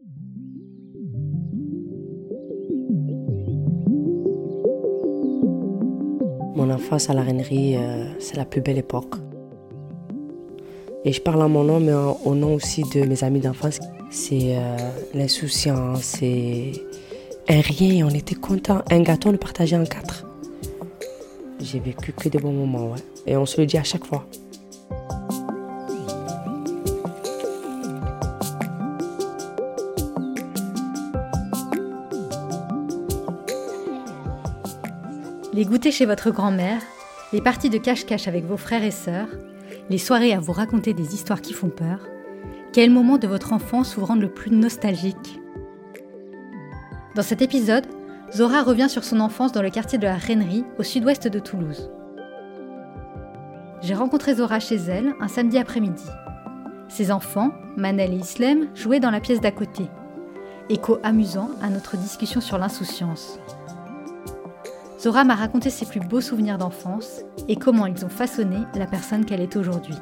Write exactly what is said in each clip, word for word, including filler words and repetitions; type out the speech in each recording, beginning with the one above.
Mon enfance à la Rainerie, euh, c'est la plus belle époque. Et je parle en mon nom, mais en, au nom aussi de mes amis d'enfance. C'est euh, l'insouciance, c'est un rien, on était contents. Un gâteau, on le partageait en quatre. J'ai vécu que des bons moments, ouais. Et on se le dit à chaque fois. Les goûters chez votre grand-mère, les parties de cache-cache avec vos frères et sœurs, les soirées à vous raconter des histoires qui font peur, quel moment de votre enfance vous rend le plus nostalgique ? Dans cet épisode, Zora revient sur son enfance dans le quartier de la Rainerie, au sud-ouest de Toulouse. J'ai rencontré Zora chez elle un samedi après-midi. Ses enfants, Manel et Islem, jouaient dans la pièce d'à côté. Écho amusant à notre discussion sur l'insouciance. Zora m'a raconté ses plus beaux souvenirs d'enfance et comment ils ont façonné la personne qu'elle est aujourd'hui.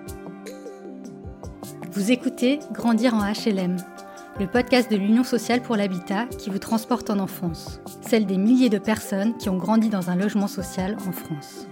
Vous écoutez Grandir en H L M, le podcast de l'Union sociale pour l'habitat qui vous transporte en enfance, celle des milliers de personnes qui ont grandi dans un logement social en France.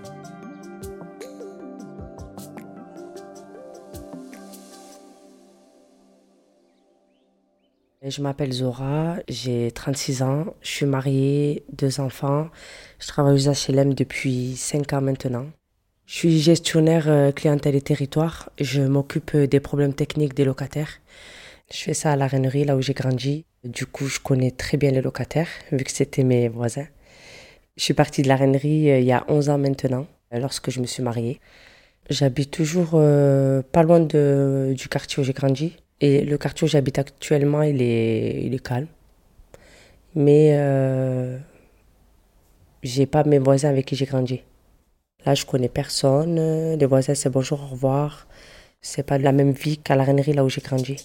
Je m'appelle Zora, j'ai trente-six ans, je suis mariée, deux enfants. Je travaille aux H L M depuis cinq ans maintenant. Je suis gestionnaire clientèle et territoire. Je m'occupe des problèmes techniques des locataires. Je fais ça à la Rainerie, là où j'ai grandi. Du coup, je connais très bien les locataires, vu que c'était mes voisins. Je suis partie de la Rainerie euh, il y a onze ans maintenant, lorsque je me suis mariée. J'habite toujours euh, pas loin de, du quartier où j'ai grandi. Et le quartier où j'habite actuellement, il est, il est calme. Mais euh, j'ai pas mes voisins avec qui j'ai grandi. Là, je connais personne. Les voisins, c'est bonjour, au revoir. C'est pas la même vie qu'à la Rainerie, là où j'ai grandi.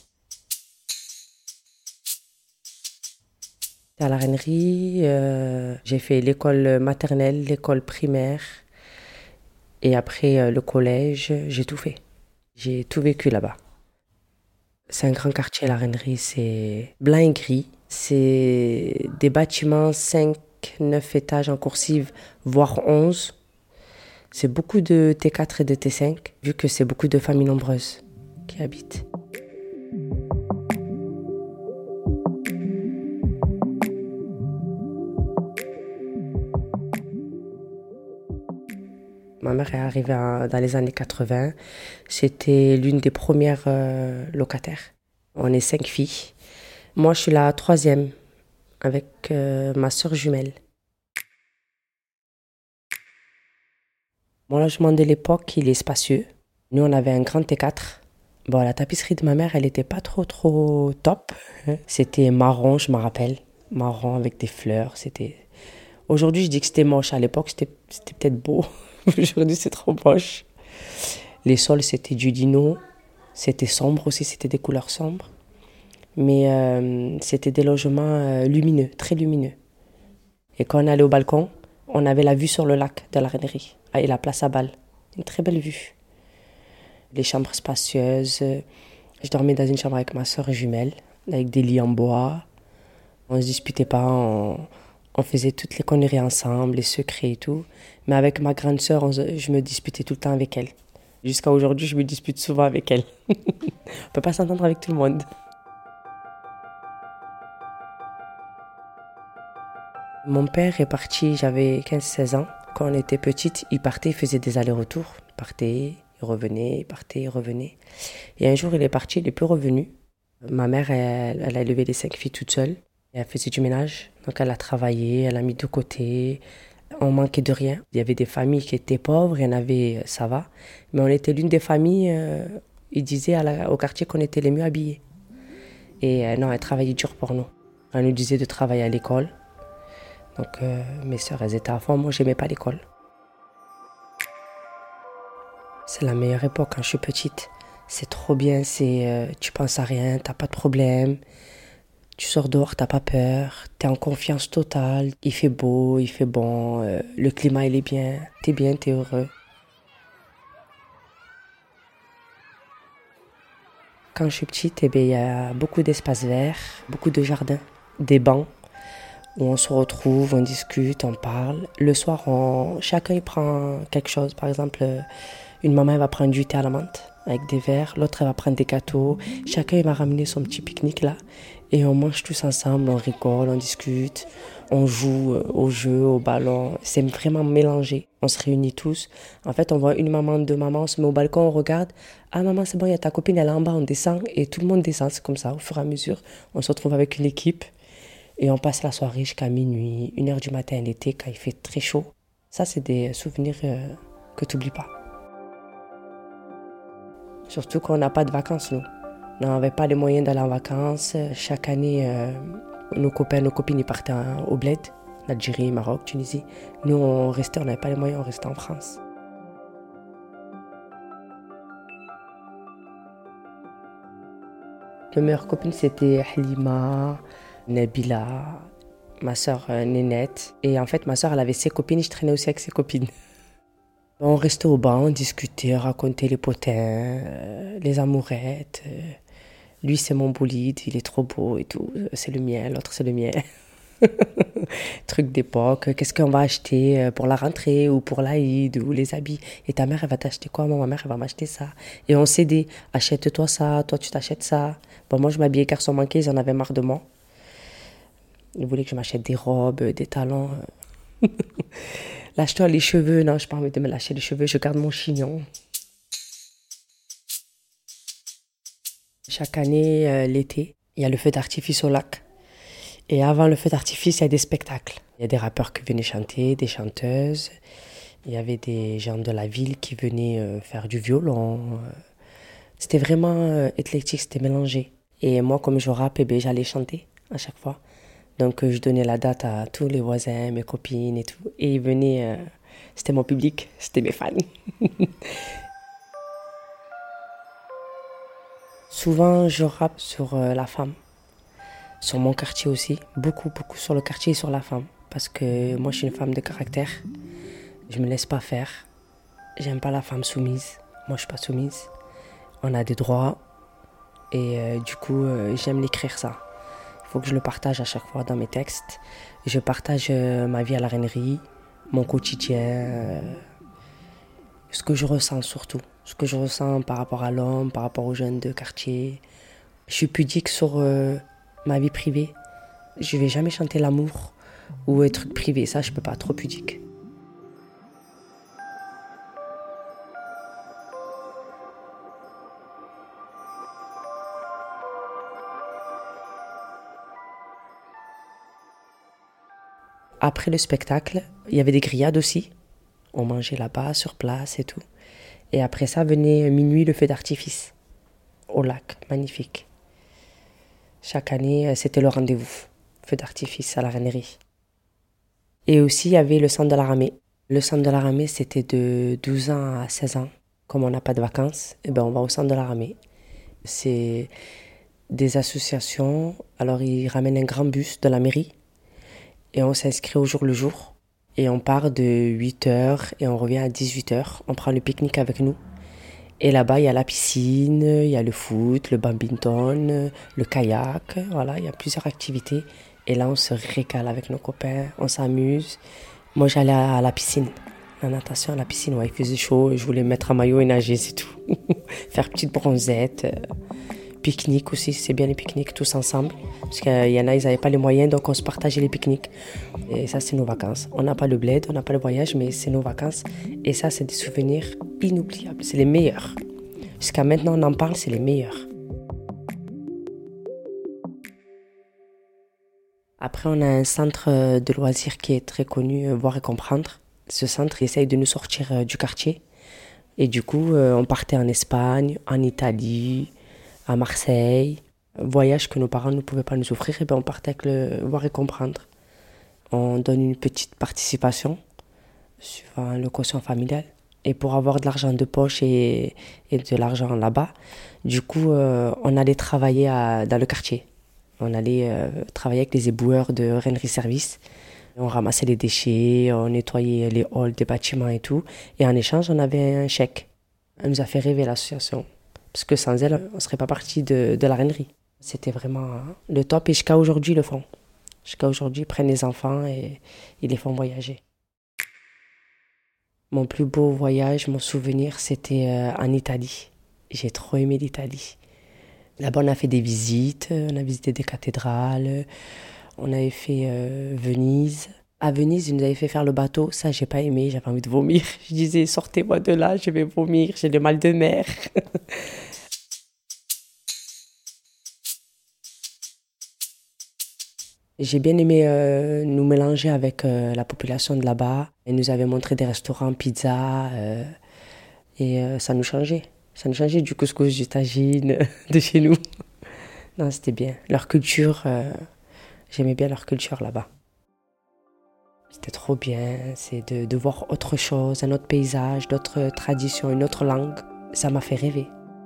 À la Rainerie, euh, j'ai fait l'école maternelle, l'école primaire. Et après, euh, le collège, j'ai tout fait. J'ai tout vécu là-bas. C'est un grand quartier, la Rainerie, c'est blanc et gris. C'est des bâtiments cinq, neuf étages en coursive, voire onze. C'est beaucoup de T quatre et de T cinq, vu que c'est beaucoup de familles nombreuses qui habitent. Ma mère est arrivée en, dans les années quatre-vingts. C'était l'une des premières euh, locataires. On est cinq filles. Moi, je suis la troisième avec euh, ma sœur jumelle. Mon logement de l'époque, il est spacieux. Nous, on avait un grand T quatre. Bon, la tapisserie de ma mère, elle n'était pas trop, trop top. C'était marron, je me rappelle. Marron avec des fleurs. C'était... Aujourd'hui, je dis que c'était moche. À l'époque, c'était, c'était peut-être beau. Aujourd'hui, c'est trop moche. Les sols, c'était du lino. C'était sombre aussi, c'était des couleurs sombres. Mais euh, c'était des logements euh, lumineux, très lumineux. Et quand on allait au balcon, on avait la vue sur le lac de la Rainerie et la place à Bâle. Une très belle vue. Les chambres spacieuses. Je dormais dans une chambre avec ma soeur jumelle, avec des lits en bois. On ne se disputait pas, on, on faisait toutes les conneries ensemble, les secrets et tout. Mais avec ma grande sœur, on, je me disputais tout le temps avec elle. Jusqu'à aujourd'hui, je me dispute souvent avec elle. On ne peut pas s'entendre avec tout le monde. Mon père est parti, j'avais quinze seize ans. Quand on était petite, il partait, il faisait des allers-retours. Il partait, il revenait, il partait, il revenait. Et un jour, il est parti, il n'est plus revenu. Ma mère, elle, elle a élevé les cinq filles toute seule. Elle faisait du ménage, donc elle a travaillé, elle a mis de côté. On manquait de rien. Il y avait des familles qui étaient pauvres, il y en avait, ça va. Mais on était l'une des familles, euh, ils disaient à la, au quartier qu'on était les mieux habillés. Et euh, non, elle travaillait dur pour nous. Elle nous disait de travailler à l'école. Donc euh, mes sœurs, elles étaient à fond. Moi, j'aimais pas l'école. C'est la meilleure époque quand je suis petite. C'est trop bien, c'est, euh, tu penses à rien, t'as pas de problème. Tu sors dehors, t'as pas peur, t'es en confiance totale. Il fait beau, il fait bon, euh, le climat il est bien, t'es bien, t'es heureux. Quand je suis petite, eh bien, il y a beaucoup d'espaces verts, beaucoup de jardins, des bancs où on se retrouve, on discute, on parle. Le soir, on... chacun il prend quelque chose. Par exemple, une maman elle va prendre du thé à la menthe avec des verres, l'autre elle va prendre des gâteaux. Chacun il va ramener son petit pique-nique là et on mange tous ensemble, on rigole, on discute, on joue au jeu, au ballon. C'est vraiment mélangé. On se réunit tous. En fait, on voit une maman, deux mamans, on se met au balcon, on regarde. Ah maman, c'est bon, il y a ta copine, elle est en bas, on descend et tout le monde descend. C'est comme ça, au fur et à mesure, on se retrouve avec une équipe et on passe la soirée jusqu'à minuit, une heure du matin l'été quand il fait très chaud. Ça, c'est des souvenirs euh, que tu n'oublies pas. Surtout qu'on n'a pas de vacances, nous. On n'avait pas les moyens d'aller en vacances. Chaque année, euh, nos copains, nos copines, ils partaient en, au bled, l'Algérie, Maroc, Tunisie. Nous, on restait, on n'avait pas les moyens, on restait en France. Mes meilleures copines, c'était Halima, Nabila, ma sœur euh, Nénette. Et en fait, ma sœur, elle avait ses copines et je traînais aussi avec ses copines. On restait au banc, on discutait, racontait les potins, euh, les amourettes. Euh, lui, c'est mon bolide, il est trop beau et tout. C'est le mien, l'autre, c'est le mien. Truc d'époque. Qu'est-ce qu'on va acheter pour la rentrée ou pour l'Aïd ou les habits. Et ta mère, elle va t'acheter quoi? Moi, ma mère, elle va m'acheter ça. Et on s'aidait. Achète-toi ça, toi, tu t'achètes ça. Bon, moi, je m'habillais garçon manqué, ils en avaient marre de moi. Ils voulaient que je m'achète des robes, des talons. Lâche-toi les cheveux. Non, je n'ai pas envie de me lâcher les cheveux. Je garde mon chignon. Chaque année, euh, l'été, il y a le feu d'artifice au lac. Et avant le feu d'artifice, il y a des spectacles. Il y a des rappeurs qui venaient chanter, des chanteuses. Il y avait des gens de la ville qui venaient euh, faire du violon. C'était vraiment euh, éclectique, c'était mélangé. Et moi, comme je rappe, eh bien, j'allais chanter à chaque fois. Donc, euh, je donnais la date à tous les voisins, mes copines et tout. Et ils venaient, euh, c'était mon public, c'était mes fans. Souvent, je rappe sur euh, la femme. Sur mon quartier aussi, beaucoup, beaucoup sur le quartier et sur la femme. Parce que moi, je suis une femme de caractère. Je me laisse pas faire. J'aime pas la femme soumise. Moi, je suis pas soumise. On a des droits. Et euh, du coup, euh, j'aime l'écrire ça. Il faut que je le partage à chaque fois dans mes textes. Je partage euh, ma vie à la reinerie, mon quotidien, euh, ce que je ressens surtout. Ce que je ressens par rapport à l'homme, par rapport aux jeunes de quartier. Je suis pudique sur... Euh, ma vie privée, je vais jamais chanter l'amour ou un truc privé, ça je peux pas, trop pudique. Après le spectacle, il y avait des grillades aussi. On mangeait là-bas, sur place et tout. Et après ça venait minuit le feu d'artifice au lac, magnifique. Chaque année, c'était le rendez-vous, feu d'artifice à la Reinerie. Et aussi, il y avait le centre de la Ramée. Le centre de la Ramée, c'était de douze ans à seize ans. Comme on n'a pas de vacances, eh ben, on va au centre de la Ramée. C'est des associations. Alors, ils ramènent un grand bus de la mairie et on s'inscrit au jour le jour. Et on part de huit heures et on revient à dix-huit heures. On prend le pique-nique avec nous. Et là-bas, il y a la piscine, il y a le foot, le badminton, le kayak. Voilà, il y a plusieurs activités. Et là, on se régale avec nos copains, on s'amuse. Moi, j'allais à la piscine, la natation à la piscine. Ouais, il faisait chaud, je voulais mettre un maillot et nager, c'est tout. Faire petite bronzette. Pique-nique aussi, c'est bien les pique-niques tous ensemble. Parce qu'il y en a, ils n'avaient pas les moyens, donc on se partageait les pique-niques. Et ça, c'est nos vacances. On n'a pas le bled, on n'a pas le voyage, mais c'est nos vacances. Et ça, c'est des souvenirs inoubliables. C'est les meilleurs. Jusqu'à maintenant, on en parle, c'est les meilleurs. Après, on a un centre de loisirs qui est très connu, Voir et Comprendre. Ce centre, il essaye de nous sortir du quartier. Et du coup, on partait en Espagne, en Italie, à Marseille. Voyage que nos parents ne pouvaient pas nous offrir, et bien on partait avec le Voir et Comprendre. On donne une petite participation suivant le quotient familial. Et pour avoir de l'argent de poche et, et de l'argent là-bas, du coup, euh, on allait travailler à, dans le quartier. On allait euh, travailler avec les éboueurs de Reinerie Service. On ramassait les déchets, on nettoyait les halls des bâtiments et tout. Et en échange, on avait un chèque. Elle nous a fait rêver, l'association. Parce que sans elles, on ne serait pas parti de, de la reinerie. C'était vraiment le top et jusqu'à aujourd'hui, ils le font. Jusqu'à aujourd'hui, ils prennent les enfants et ils les font voyager. Mon plus beau voyage, mon souvenir, c'était euh, en Italie. J'ai trop aimé l'Italie. Là-bas, on a fait des visites, on a visité des cathédrales, on avait fait euh, Venise. À Venise, ils nous avaient fait faire le bateau. Ça, j'ai pas aimé, j'avais envie de vomir. Je disais, sortez-moi de là, je vais vomir, j'ai le mal de mer. J'ai bien aimé euh, nous mélanger avec euh, la population de là-bas. Ils nous avaient montré des restaurants, pizza, euh, et euh, ça nous changeait. Ça nous changeait du couscous, du tagine, de chez nous. Non, c'était bien. Leur culture, euh, j'aimais bien leur culture là-bas. C'était trop bien, c'est de, de voir autre chose, un autre paysage, d'autres traditions, une autre langue. Ça m'a fait rêver.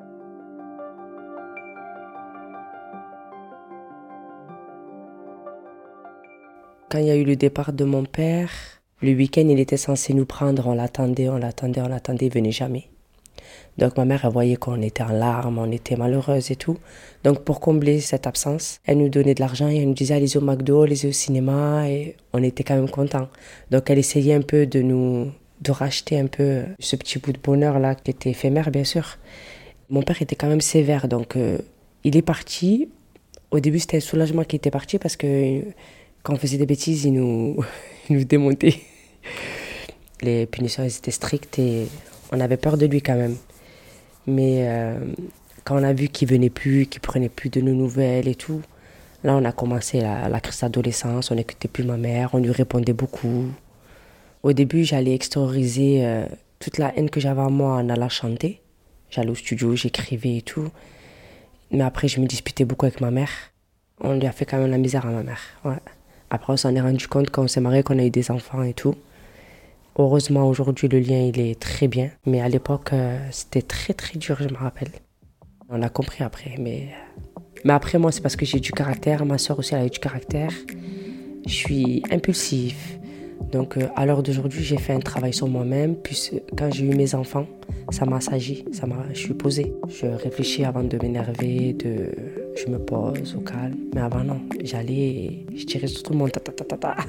Quand il y a eu le départ de mon père, le week-end, il était censé nous prendre, on l'attendait, on l'attendait, on l'attendait, il venait jamais. Donc ma mère, elle voyait qu'on était en larmes, on était malheureuse et tout. Donc pour combler cette absence, elle nous donnait de l'argent et elle nous disait allez au McDo, allez au cinéma et on était quand même contents. Donc elle essayait un peu de nous, de racheter un peu ce petit bout de bonheur là qui était éphémère bien sûr. Mon père était quand même sévère donc euh, il est parti. Au début c'était un soulagement qu'il était parti parce que quand on faisait des bêtises, il nous, il nous démontait. Les punitions elles étaient strictes et on avait peur de lui quand même. Mais euh, quand on a vu qu'il venait plus, qu'il prenait plus de nos nouvelles et tout, là on a commencé la, la crise d'adolescence, on n'écoutait plus ma mère, on lui répondait beaucoup. Au début, j'allais extérioriser euh, toute la haine que j'avais en moi en allant chanter. J'allais au studio, j'écrivais et tout. Mais après, je me disputais beaucoup avec ma mère. On lui a fait quand même la misère à ma mère. Ouais. Après, on s'en est rendu compte quand on s'est mariés, qu'on a eu des enfants et tout. Heureusement, aujourd'hui, le lien, il est très bien. Mais à l'époque, euh, c'était très, très dur, je me rappelle. On a compris après. Mais, mais après, moi, c'est parce que j'ai du caractère. Ma soeur aussi, elle a eu du caractère. Je suis impulsif. Donc, euh, à l'heure d'aujourd'hui, j'ai fait un travail sur moi-même. Puis, quand j'ai eu mes enfants, ça m'a assagi. Ça m'a, je suis posée. Je réfléchis avant de m'énerver, de, je me pose au calme. Mais avant, non. J'allais et je tirais sur tout le monde. Ta, ta, ta, ta, ta.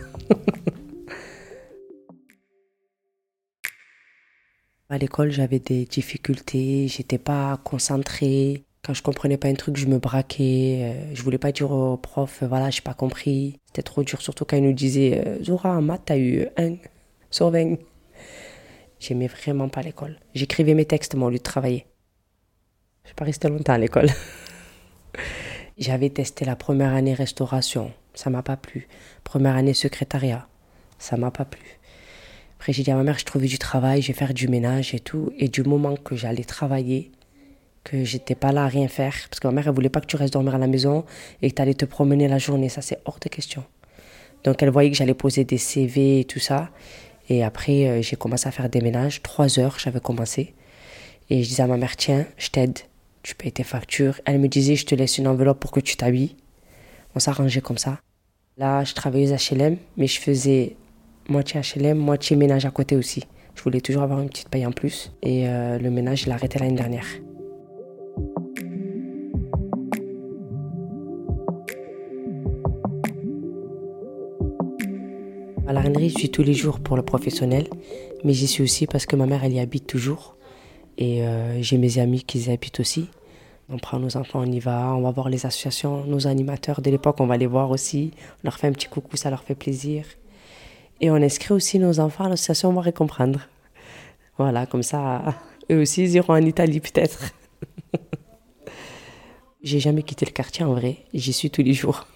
À l'école, j'avais des difficultés, j'étais pas concentrée. Quand je comprenais pas un truc, je me braquais. Euh, je voulais pas dire au prof, euh, voilà, j'ai pas compris. C'était trop dur, surtout quand il nous disait, euh, Zora, en maths, t'as eu un sur vingt. J'aimais vraiment pas l'école. J'écrivais mes textes, moi, au lieu de travailler. Je suis pas restée longtemps à l'école. J'avais testé la première année restauration, ça m'a pas plu. Première année secrétariat, ça m'a pas plu. Après, j'ai dit à ma mère, je trouvais du travail, je vais faire du ménage et tout. Et du moment que j'allais travailler, que j'étais pas là à rien faire, parce que ma mère, elle voulait pas que tu restes dormir à la maison et que tu allais te promener la journée, ça c'est hors de question. Donc elle voyait que j'allais poser des C V et tout ça. Et après, euh, j'ai commencé à faire des ménages. Trois heures, j'avais commencé. Et je disais à ma mère, tiens, je t'aide, tu payes tes factures. Elle me disait, je te laisse une enveloppe pour que tu t'habilles. On s'arrangeait comme ça. Là, je travaillais aux H L M, mais je faisais moitié H L M, moitié ménage à côté aussi. Je voulais toujours avoir une petite paye en plus. Et euh, le ménage, je l'ai arrêté l'année dernière. À la reinerie, je suis tous les jours pour le professionnel, mais j'y suis aussi parce que ma mère, elle y habite toujours. Et euh, j'ai mes amis qui y habitent aussi. On prend nos enfants, on y va, on va voir les associations, nos animateurs de l'époque, on va les voir aussi. On leur fait un petit coucou, ça leur fait plaisir. Et on inscrit aussi nos enfants à l'association Voir et Comprendre. Voilà, comme ça, eux aussi, ils iront en Italie peut-être. J'ai jamais quitté le quartier en vrai, j'y suis tous les jours.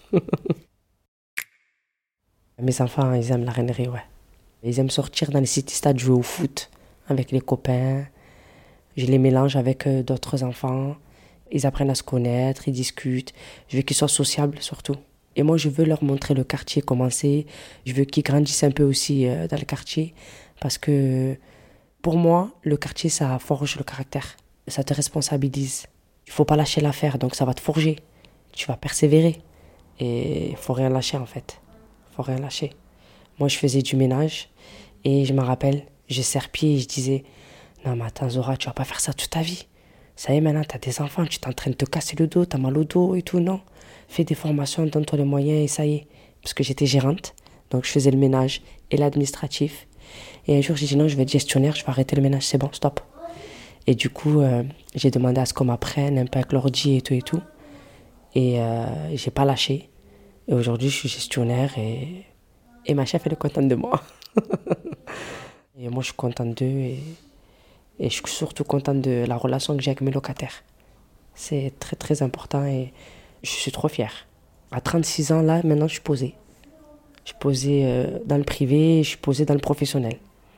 Mes enfants, ils aiment la reinerie, ouais. Ils aiment sortir dans les city-stades jouer au foot avec les copains. Je les mélange avec euh, d'autres enfants. Ils apprennent à se connaître, ils discutent. Je veux qu'ils soient sociables surtout. Et moi, je veux leur montrer le quartier, comment c'est. Je veux qu'ils grandissent un peu aussi euh, dans le quartier. Parce que pour moi, le quartier, ça forge le caractère. Ça te responsabilise. Il ne faut pas lâcher l'affaire, donc ça va te forger. Tu vas persévérer. Et il ne faut rien lâcher en fait. Il ne faut rien lâcher. Moi, je faisais du ménage et je me rappelle, je serre-pied et je disais « Non mais attends Zora, tu vas pas faire ça toute ta vie. Ça y est, maintenant, t'as des enfants, tu t'es en train de te casser le dos, t'as mal au dos et tout, non. Fais des formations, donne-toi les moyens et ça y est. Parce que j'étais gérante, donc je faisais le ménage et l'administratif. Et un jour, j'ai dit non, je vais être gestionnaire, je vais arrêter le ménage, c'est bon, stop. Et du coup, euh, j'ai demandé à ce qu'on m'apprenne un peu avec l'ordi et tout et tout. Et euh, j'ai pas lâché. Et aujourd'hui, je suis gestionnaire et, et ma chef, elle est contente de moi. Et moi, je suis contente d'eux et, et je suis surtout contente de la relation que j'ai avec mes locataires. C'est très, très important et je suis trop fière. À trente-six ans, là, maintenant, je suis posée. Je suis posée euh, dans le privé, je suis posée dans le professionnel.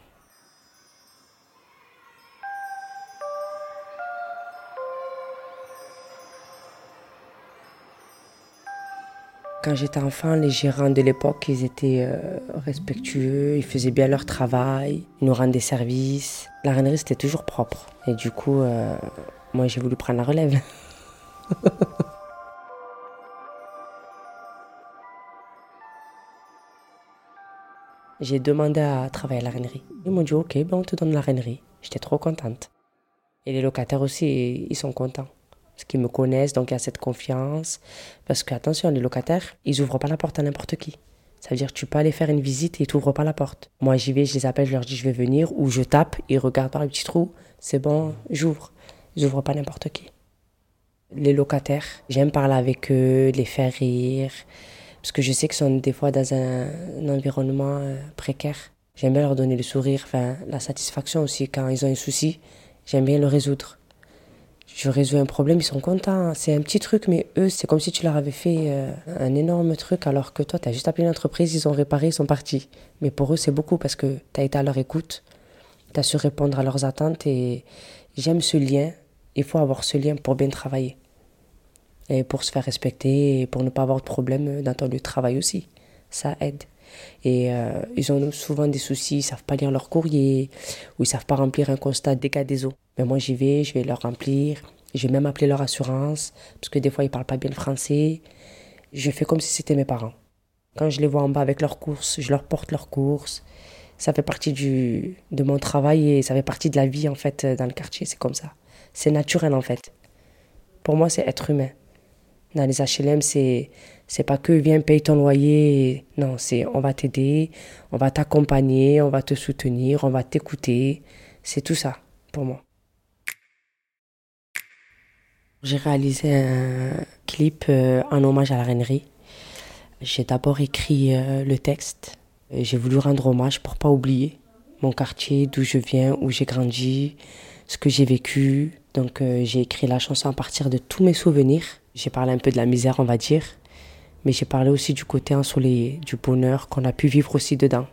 Quand j'étais enfant, les gérants de l'époque, ils étaient euh, respectueux, ils faisaient bien leur travail, ils nous rendaient service. La rainerie, c'était toujours propre. Et du coup, euh, moi, j'ai voulu prendre la relève. J'ai demandé à travailler à la rainerie. Ils m'ont dit, ok, ben on te donne la rainerie. J'étais trop contente. Et les locataires aussi, ils sont contents. Parce qu'ils me connaissent, donc il y a cette confiance. Parce que, attention, les locataires, ils n'ouvrent pas la porte à n'importe qui. Ça veut dire que tu peux aller faire une visite et ils t'ouvrent pas la porte. Moi, j'y vais, je les appelle, je leur dis je vais venir, ou je tape, ils regardent par le petit trou, c'est bon, j'ouvre. Ils n'ouvrent pas n'importe qui. Les locataires, j'aime parler avec eux, les faire rire, parce que je sais qu'ils sont des fois dans un, un environnement euh, précaire. J'aime bien leur donner le sourire, enfin, la satisfaction aussi, quand ils ont un souci, j'aime bien le résoudre. Je résous un problème, ils sont contents. C'est un petit truc, mais eux, c'est comme si tu leur avais fait euh, un énorme truc, alors que toi, tu as juste appelé une entreprise, ils ont réparé, ils sont partis. Mais pour eux, c'est beaucoup parce que tu as été à leur écoute, tu as su répondre à leurs attentes et j'aime ce lien. Il faut avoir ce lien pour bien travailler. Et pour se faire respecter et pour ne pas avoir de problème dans ton lieu de travail aussi. Ça aide. Et euh, ils ont souvent des soucis, ils ne savent pas lire leur courrier ou ils ne savent pas remplir un constat de dégâts des eaux. Mais moi j'y vais, je vais leur remplir, je vais même appeler leur assurance parce que des fois ils ne parlent pas bien le français. Je fais comme si c'était mes parents. Quand je les vois en bas avec leurs courses, je leur porte leurs courses. Ça fait partie du, de mon travail et ça fait partie de la vie en fait dans le quartier, c'est comme ça. C'est naturel en fait. Pour moi c'est être humain. Dans les H L M, c'est, c'est pas que viens, paye ton loyer. Non, c'est on va t'aider, on va t'accompagner, on va te soutenir, on va t'écouter. C'est tout ça, pour moi. J'ai réalisé un clip euh, en hommage à la rainerie. J'ai d'abord écrit euh, le texte. J'ai voulu rendre hommage pour pas oublier mon quartier, d'où je viens, où j'ai grandi, ce que j'ai vécu. Donc euh, j'ai écrit la chanson à partir de tous mes souvenirs. J'ai parlé un peu de la misère, on va dire, mais j'ai parlé aussi du côté ensoleillé, du bonheur qu'on a pu vivre aussi dedans.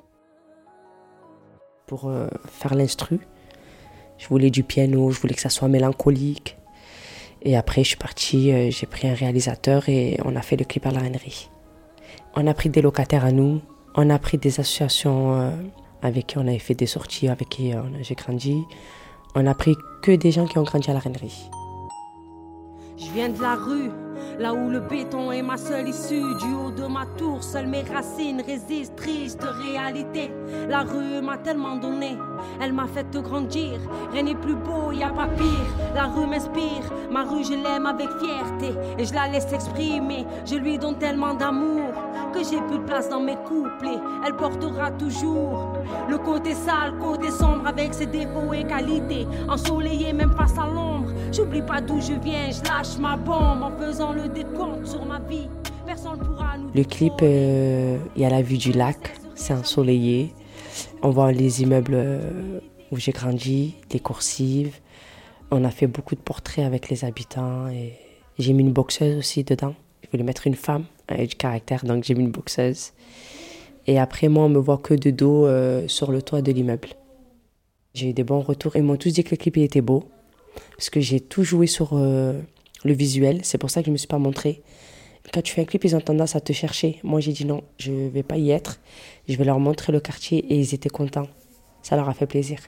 Pour euh, faire l'instru, je voulais du piano, je voulais que ça soit mélancolique. Et après, je suis partie, euh, j'ai pris un réalisateur et on a fait le clip à la rainerie. On a pris des locataires à nous, on a pris des associations euh, avec qui on avait fait des sorties, avec qui euh, j'ai grandi. On a pris que des gens qui ont grandi à la rainerie. Je viens de la rue, là où le béton est ma seule issue. Du haut de ma tour, seules mes racines résistent, triste réalité. La rue m'a tellement donné, elle m'a fait grandir. Rien n'est plus beau, y a pas pire. La rue m'inspire, ma rue je l'aime avec fierté. Et je la laisse exprimer, je lui donne tellement d'amour que j'ai plus de place dans mes couplets. Elle portera toujours le côté sale, côté sombre avec ses défauts et qualités. Ensoleillé même face à l'ombre, j'oublie pas d'où je viens, je lâche ma bombe en faisant le décompte sur ma vie. Personne pourra nous... Le clip, il euh, y a la vue du lac, c'est ensoleillé. On voit les immeubles euh, où j'ai grandi, les coursives. On a fait beaucoup de portraits avec les habitants et j'ai mis une boxeuse aussi dedans. Je voulais mettre une femme avec du caractère, donc j'ai mis une boxeuse. Et après, moi, on me voit que de dos euh, sur le toit de l'immeuble. J'ai eu des bons retours. Ils m'ont tous dit que le clip il était beau, parce que j'ai tout joué sur euh, le visuel. C'est pour ça que je ne me suis pas montrée. Quand tu fais un clip, ils ont tendance à te chercher. Moi, j'ai dit non, je ne vais pas y être. Je vais leur montrer le quartier et ils étaient contents. Ça leur a fait plaisir.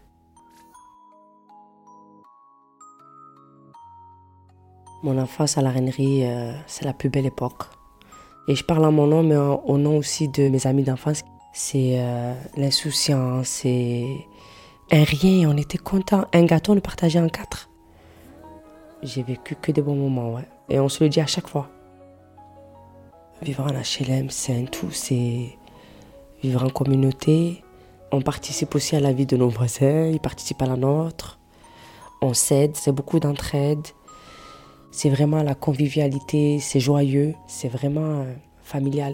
Mon enfance à la rainerie, euh, c'est la plus belle époque. Et je parle en mon nom, mais en, au nom aussi de mes amis d'enfance. C'est euh, l'insouciance, c'est un rien, on était contents. Un gâteau, on le partageait en quatre. J'ai vécu que des bons moments, ouais. Et on se le dit à chaque fois. Vivre en H L M, c'est un tout, c'est vivre en communauté. On participe aussi à la vie de nos voisins, ils participent à la nôtre. On s'aide, c'est beaucoup d'entraide. C'est vraiment la convivialité, c'est joyeux, c'est vraiment euh, familial.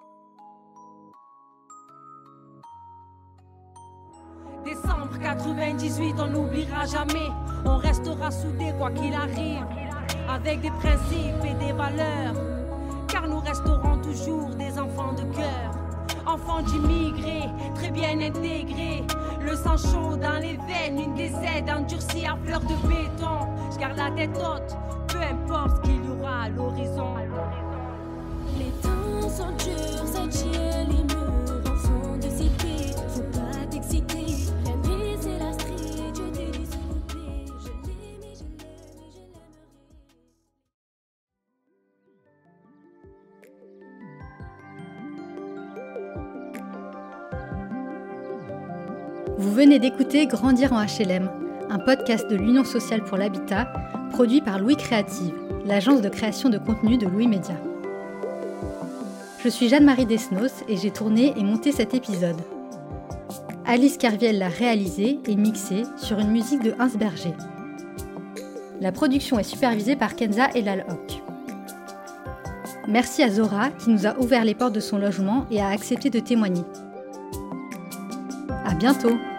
Décembre quatre-vingt-dix-huit, on n'oubliera jamais. On restera soudés quoi qu'il arrive, avec des principes et des valeurs. Car nous resterons toujours des enfants de cœur. Enfants d'immigrés, très bien intégrés. Le sang chaud dans les veines, une des aides endurcie à fleur de béton. Je garde la tête haute, peu importe ce qu'il y aura à l'horizon. Les temps sont durs, ça tient les murs. Enfants de cité, faut pas t'exciter. Rien briser la street, Dieu te dit s'il vous plaît. Je l'aime et je l'aime et je l'aimerai. Vous venez d'écouter Grandir en H L M, un podcast de l'Union sociale pour l'habitat, produit par Louis Créative, l'agence de création de contenu de Louis Média. Je suis Jeanne-Marie Desnos et j'ai tourné et monté cet épisode. Alice Kerviel l'a réalisé et mixé sur une musique de Hans Berger. La production est supervisée par Kenza Elalhoc. Merci à Zora qui nous a ouvert les portes de son logement et a accepté de témoigner. À bientôt!